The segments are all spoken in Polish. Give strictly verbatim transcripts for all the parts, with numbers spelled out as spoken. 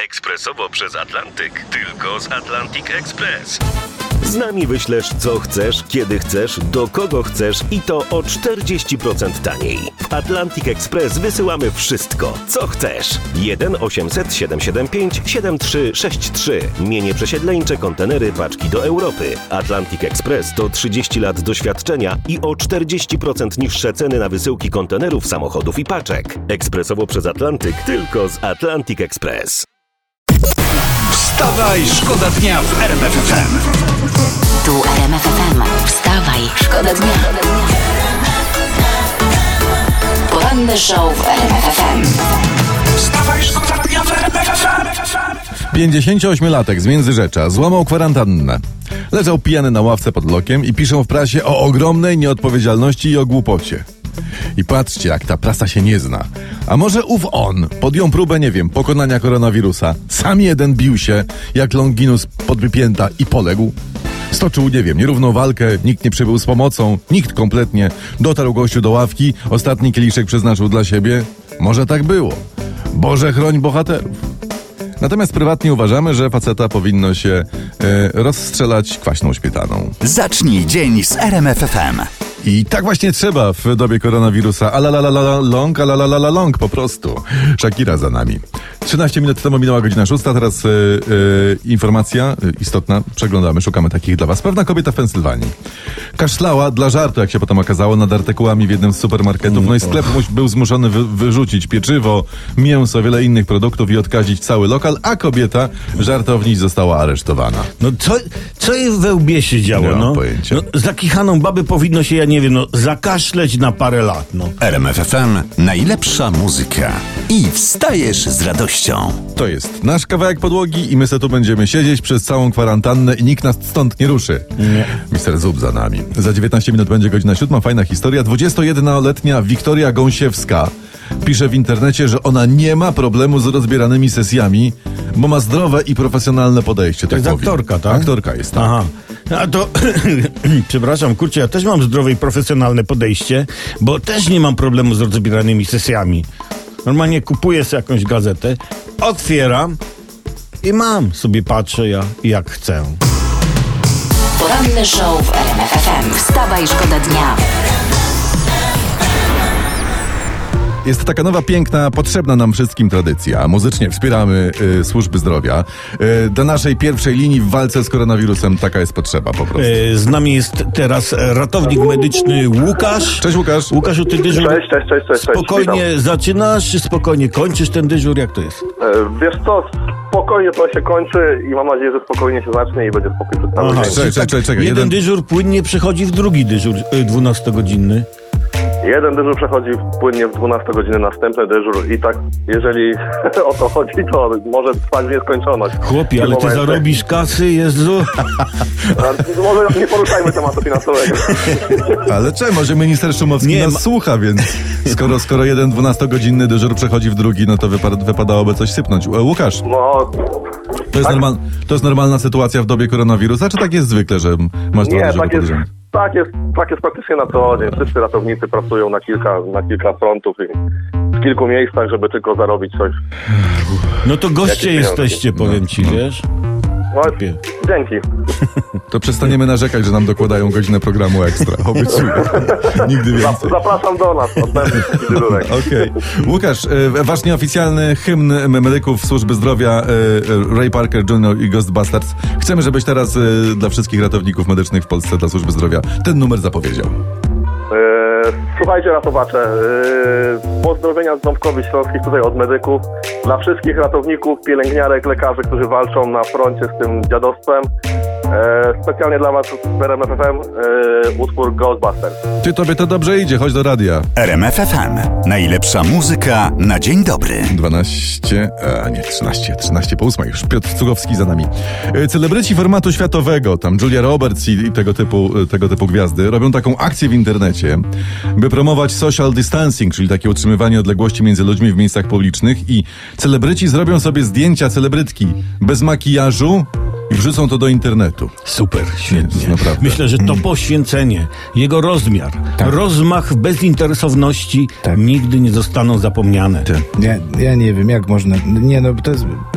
Ekspresowo przez Atlantyk. Tylko z Atlantic Express. Z nami wyślesz co chcesz, kiedy chcesz, do kogo chcesz i to o czterdzieści procent taniej. W Atlantic Express wysyłamy wszystko, co chcesz. jeden osiemset siedemset siedemdziesiąt pięć siedemdziesiąt trzy sześćdziesiąt trzy. Mienie przesiedleńcze, kontenery, paczki do Europy. Atlantic Express to trzydzieści lat doświadczenia i o czterdzieści procent niższe ceny na wysyłki kontenerów, samochodów i paczek. Ekspresowo przez Atlantyk, tylko z Atlantic Express. Wstawaj, szkoda dnia w R M F F M. Tu R M F F M. Wstawaj, szkoda dnia. Poranny show w R M F F M. Wstawaj, szkoda dnia w R M F F M. pięćdziesięcioośmiolatek z Międzyrzecza złamał kwarantannę. Leżał pijany na ławce pod blokiem i piszą w prasie o ogromnej nieodpowiedzialności i o głupocie. I patrzcie, jak ta prasa się nie zna. A może ów on podjął próbę, nie wiem, pokonania koronawirusa. Sam jeden bił się, jak Longinus pod Wypięta i poległ. Stoczył, nie wiem, nierówną walkę, nikt nie przybył z pomocą, nikt kompletnie. Dotarł gościu do ławki, ostatni kieliszek przeznaczył dla siebie. Może tak było. Boże, chroń bohaterów. Natomiast prywatnie uważamy, że faceta powinno się e, rozstrzelać kwaśną śmietaną. Zacznij dzień z R M F F M. I tak właśnie trzeba w dobie koronawirusa. Alalalala long, alalalala long po prostu. Shakira za nami. trzynaście minut temu minęła godzina szósta, teraz e, e, informacja e, istotna. Przeglądamy, szukamy takich dla was. Pewna kobieta w Pensylwanii kaszlała dla żartu, jak się potem okazało, nad artykułami w jednym z supermarketów. No i sklep był zmuszony wy, wyrzucić pieczywo, mięso, wiele innych produktów i odkazić cały lokal, a kobieta, żartowniś, została aresztowana. No co, co jej we łbie się działo, Nie mam no? pojęcia. No, zakichaną babę powinno się, ja nie wiem, no, zakaszleć na parę lat, no. R M F F M. Najlepsza muzyka. I wstajesz z radością. To jest nasz kawałek podłogi i my se tu będziemy siedzieć przez całą kwarantannę i nikt nas stąd nie ruszy. Nie. Mister Zub za nami. Za dziewiętnaście minut będzie godzina siódma. Fajna historia. dwudziestojednoletnia Wiktoria Gąsiewska pisze w internecie, że ona nie ma problemu z rozbieranymi sesjami, bo ma zdrowe i profesjonalne podejście. To jest tak powiem. aktorka, tak? Aktorka jest, tak. Aha. A to, przepraszam, kurczę, ja też mam zdrowe i profesjonalne podejście, bo też nie mam problemu z rozbieranymi sesjami. Normalnie kupuję sobie jakąś gazetę, otwieram i mam. Sobie patrzę ja, jak chcę. Poranny show w R M F F M. Wstawaj, szkoda dnia. Jest taka nowa, piękna, potrzebna nam wszystkim tradycja. Muzycznie wspieramy y, służby zdrowia. Y, do naszej pierwszej linii w walce z koronawirusem taka jest potrzeba po prostu. E, z nami jest teraz ratownik medyczny Łukasz. Cześć Łukasz. Łukaszu, ty dyżur Cześć, cześć, cześć, cześć. spokojnie Witam. zaczynasz, czy spokojnie kończysz ten dyżur? Jak to jest? E, Wiesz co, spokojnie to się kończy i mam nadzieję, że spokojnie się zacznie i będzie spokój przez cały Aha, dzień. Czekaj, czekaj, czekaj, czekaj. Jeden, Jeden- dyżur płynnie przechodzi w drugi dyżur y, dwunastogodzinny. Jeden dyżur przechodzi płynnie w dwunastej godziny, następny dyżur i tak, jeżeli o to chodzi, to może trwać w nieskończoność. Chłopie, W ale tym ty momencie. zarobisz kasy, Jezu. A może nie poruszajmy tematu finansowego. Ale czemu? Może minister Szumowski Nie, nas ma- słucha, więc skoro, skoro jeden dwunastogodzinny dyżur przechodzi w drugi, no to wypa- wypadałoby coś sypnąć. E, Łukasz, No, to jest, normal, to jest normalna sytuacja w dobie koronawirusa, czy tak jest zwykle, że masz dwa nie, dyżury tak jest, pod rząd? tak jest, tak jest praktycznie na co dzień. Wszyscy ratownicy pracują na kilka, na kilka frontów i w kilku miejscach, żeby tylko zarobić coś. No to goście Jakie jesteście, powiem ci, wiesz? No, dzięki. To przestaniemy narzekać, że nam dokładają godzinę programu ekstra. Obiecuję. Nigdy więcej. Zapraszam do nas. Odbędzie taki dyżurek. Okej. Łukasz, e, wasz nieoficjalny hymn medyków służby zdrowia, e, Ray Parker junior i Ghostbusters. Chcemy, żebyś teraz e, dla wszystkich ratowników medycznych w Polsce, dla służby zdrowia, ten numer zapowiedział. Eee, Słuchajcie, ratowacze, eee, pozdrowienia z Ząbkowy Śląskich tutaj od medyków. Dla wszystkich ratowników, pielęgniarek, lekarzy, którzy walczą na froncie z tym dziadostwem. Eee, specjalnie dla was w R M F F M eee, utwór Ghostbusters. Ty, tobie to dobrze idzie, chodź do radia. R M F F M. Najlepsza muzyka na dzień dobry. dwanaście, a nie, trzynaście, trzynaście po ósmej już. Piotr Cugowski za nami. E, Celebryci formatu światowego, tam Julia Roberts i, i tego typu, e, tego typu gwiazdy, robią taką akcję w internecie, by promować social distancing, czyli takie utrzymywanie odległości między ludźmi w miejscach publicznych, i celebryci zrobią sobie zdjęcia celebrytki bez makijażu i wrzucą to do internetu. Super, To świetnie. jest naprawdę. Myślę, że to poświęcenie, jego rozmiar, rozmach bezinteresowności nigdy nie zostaną zapomniane. Ty. Ja, ja nie wiem, jak można. Nie, no to jest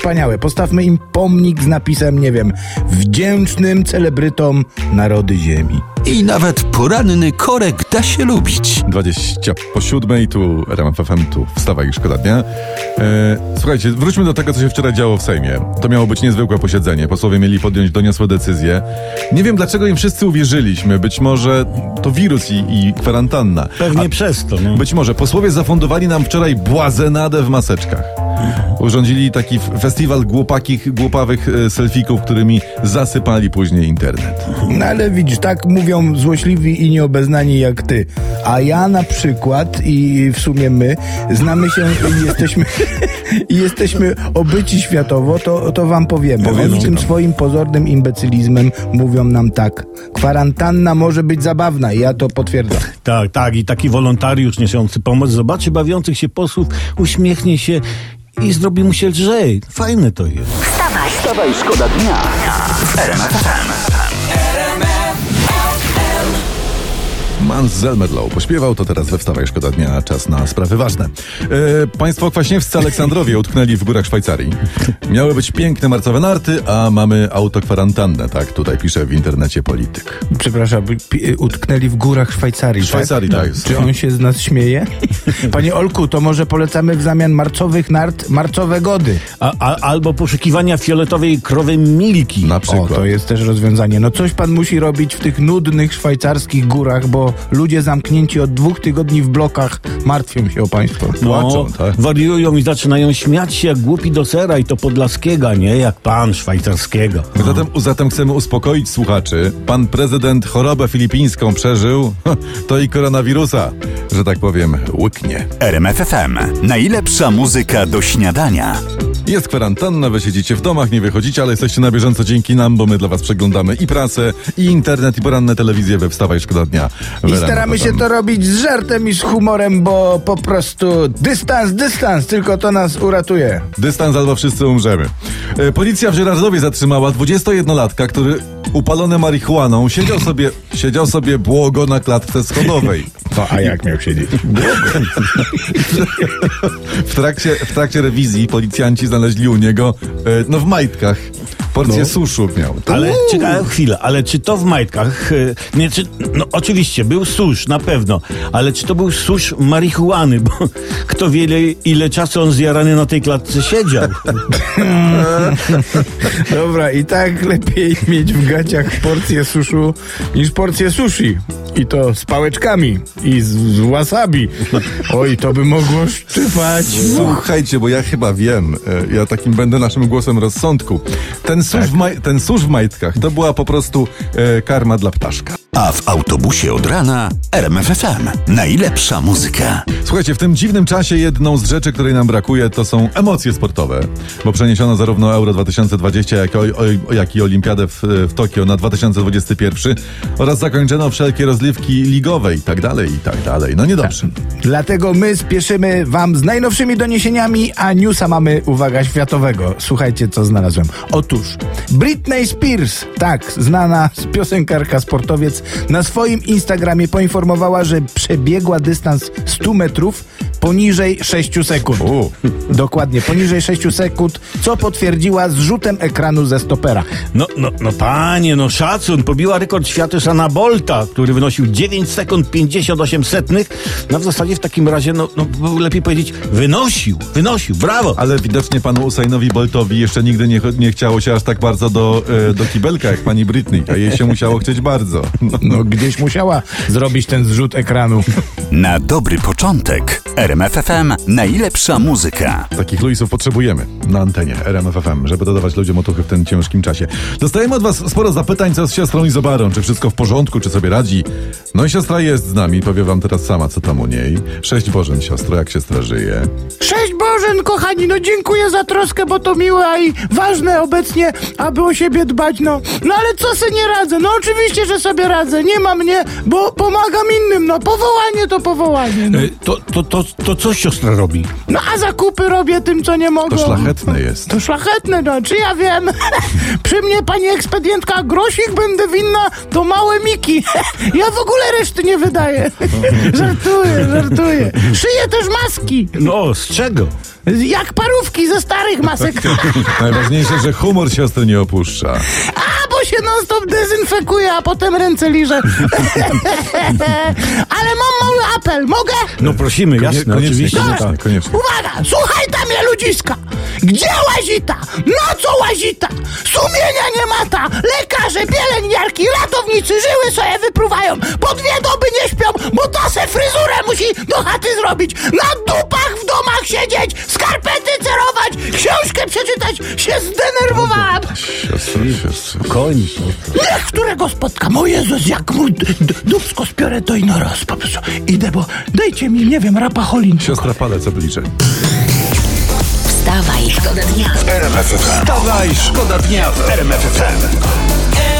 wspaniałe. Postawmy im pomnik z napisem, nie wiem, wdzięcznym celebrytom narody ziemi. I nawet poranny korek da się lubić. dwadzieścia po siódmej, tu R M F F M, tu wstawaj i szkoda dnia. E, słuchajcie, wróćmy do tego, co się wczoraj działo w Sejmie. To miało być niezwykłe posiedzenie. Posłowie mieli podjąć doniosłe decyzje. Nie wiem, dlaczego im wszyscy uwierzyliśmy. Być może to wirus i, i kwarantanna. Pewnie A przez to. No. być może posłowie zafundowali nam wczoraj błazenadę w maseczkach. Urządzili taki f- festiwal głupakich, głupawych e, selfików, którymi zasypali później internet. No ale widzisz, tak mówią złośliwi i nieobeznani jak ty. A ja na przykład i w sumie my znamy się i jesteśmy, i jesteśmy obyci światowo, to, to wam powiemy. Powiedzcie Oni tym nam. swoim pozornym imbecylizmem mówią nam tak. Kwarantanna może być zabawna i ja to potwierdzam. Tak, tak. I taki wolontariusz niosący pomoc zobaczy bawiących się posłów, uśmiechnie się i zrobi mu się lżej. Fajne to jest. Wstawaj, Wstawaj, szkoda dnia w R M F F M. Mans Zelmerlow pośpiewał, to teraz we Wstawaj Szkoda Dnia, czas na sprawy ważne. E, państwo kwaśniewscy Aleksandrowie utknęli w górach Szwajcarii. Miały być piękne marcowe narty, a mamy autokwarantannę, tak tutaj pisze w internecie polityk. Przepraszam, pi- utknęli w górach Szwajcarii. Szwajcarii, tak. tak. Czy on się z nas śmieje? Panie Olku, to może polecamy w zamian marcowych nart marcowe gody. A, a, albo poszukiwania fioletowej krowy Milki. Na O, przykład. to jest też rozwiązanie. No coś pan musi robić w tych nudnych szwajcarskich górach, bo ludzie zamknięci od dwóch tygodni w blokach martwią się o państwo. Płaczą, tak? Wariują i zaczynają śmiać się jak głupi do sera i to podlaskiego, nie jak pan szwajcarskiego. Zatem, zatem chcemy uspokoić słuchaczy. Pan prezydent chorobę filipińską przeżył, to i koronawirusa, że tak powiem, łyknie. R M F F M. Najlepsza muzyka do śniadania. Jest kwarantanna, wy siedzicie w domach, nie wychodzicie, ale jesteście na bieżąco dzięki nam, bo my dla was przeglądamy i prasę, i internet, i poranne telewizje we Wstawaj Szkoda Dnia. I staramy się to robić z żartem i z humorem, bo po prostu dystans, dystans, tylko to nas uratuje. Dystans albo wszyscy umrzemy. E, Policja w Żyrardowie zatrzymała dwudziestojednolatka, który upalony marihuaną siedział sobie, siedział sobie błogo na klatce schodowej. No a jak miał siedzieć? W trakcie, w trakcie rewizji policjanci znaleźli u niego, e, no w majtkach, porcję No. suszu miał. To Ale czekaj chwilę, ale czy to w majtkach, y, nie, czy, no oczywiście był susz, na pewno, ale czy to był susz marihuany, bo kto wie ile, ile czasu on zjarany na tej klatce siedział. Dobra, i tak lepiej mieć w gaciach porcję suszu niż porcję sushi. I to z pałeczkami i z, z wasabi. Oj, to by mogło szczypać. Słuchajcie, bo ja chyba wiem, e, ja takim będę naszym głosem rozsądku. Ten susz, w, maj, ten susz w majtkach to była po prostu e, karma dla ptaszka. A w autobusie od rana R M F F M. Najlepsza muzyka. Słuchajcie, w tym dziwnym czasie jedną z rzeczy, której nam brakuje, to są emocje sportowe, bo przeniesiono zarówno Euro dwa tysiące dwadzieścia, jak, o, o, jak i Olimpiadę w, w Tokio na dwa tysiące dwudziesty pierwszy oraz zakończono wszelkie rozliwki ligowe i tak dalej, i tak dalej. No niedobrze. Dlatego my spieszymy wam z najnowszymi doniesieniami, a newsa mamy, uwaga, światowego. Słuchajcie, co znalazłem. Otóż Britney Spears, tak, znana piosenkarka, sportowiec, na swoim Instagramie poinformowała, że przebiegła dystans stu metrów poniżej sześciu sekund. U. Dokładnie, poniżej sześciu sekund, co potwierdziła zrzutem ekranu ze stopera. No, no, no panie, no szacun, pobiła rekord świata Usaina Bolta, który wynosił dziewięć sekund pięćdziesiąt osiem setnych. No w zasadzie w takim razie, no, no lepiej powiedzieć, wynosił, wynosił, brawo. Ale widocznie panu Usainowi Boltowi jeszcze nigdy nie, nie chciało się aż tak bardzo do, e, do kibelka jak pani Britney, a jej się musiało chcieć bardzo. No. No gdzieś musiała zrobić ten zrzut ekranu. Na dobry początek R M F F M. Najlepsza muzyka. Takich Luisów potrzebujemy na antenie R M F F M, żeby dodawać ludziom otuchy w tym ciężkim czasie. Dostajemy od was sporo zapytań, co z siostrą Izobarą, czy wszystko w porządku, czy sobie radzi. No i siostra jest z nami, powie wam teraz sama, co tam u niej. Sześć Bożen, siostro, jak siostra żyje? Cześć Bożen, kochani, no dziękuję za troskę, bo to miłe i ważne obecnie, aby o siebie dbać, no. No ale co se nie radzę? No oczywiście, że sobie radzę, nie ma mnie, bo pomagam innym, no. Powołanie to powołanie, no. E, To, to, to, to co siostra robi? No a zakupy robię tym, co nie mogą. To szlachetne jest. To szlachetne, no, czy ja wiem? Przy mnie pani ekspedientka grosik będę winna do małe Miki. Ja w ogóle reszty nie wydaję. Żartuję, żartuję. Szyję też maski. No, z czego? Jak parówki ze starych masek. Najważniejsze, że humor siostry nie opuszcza. A, bo się non stop dezynfekuje, a potem ręce liże. Ale mam mały apel, mogę? No prosimy, jasne, koniecznie, oczywiście. że koniecznie, tak. koniecznie. Uwaga, słuchaj tam je ludziska. Gdzie łazita? Na co łazita? Sumienia nie mata. Lekarze, pielęgniarki, ratownicy żyły sobie wypruwają. Po dwie doby nie śpią, bo ta se fryzurę musi do chaty zrobić. Na dupach w domach siedzieć, skarpety cerować, książkę przeczytać. Się zdenerwowałam. Siostro, siostro. Kończ. Niech którego spotkam. O Jezus, jak mu d- d- dupsko spiorę, to i no raz po prostu. Idę, bo dajcie mi, nie wiem, rapa Holin. Siostra palec oblicze. Wstawaj, szkoda dnia. Wstawaj, szkoda dnia w R M F F M.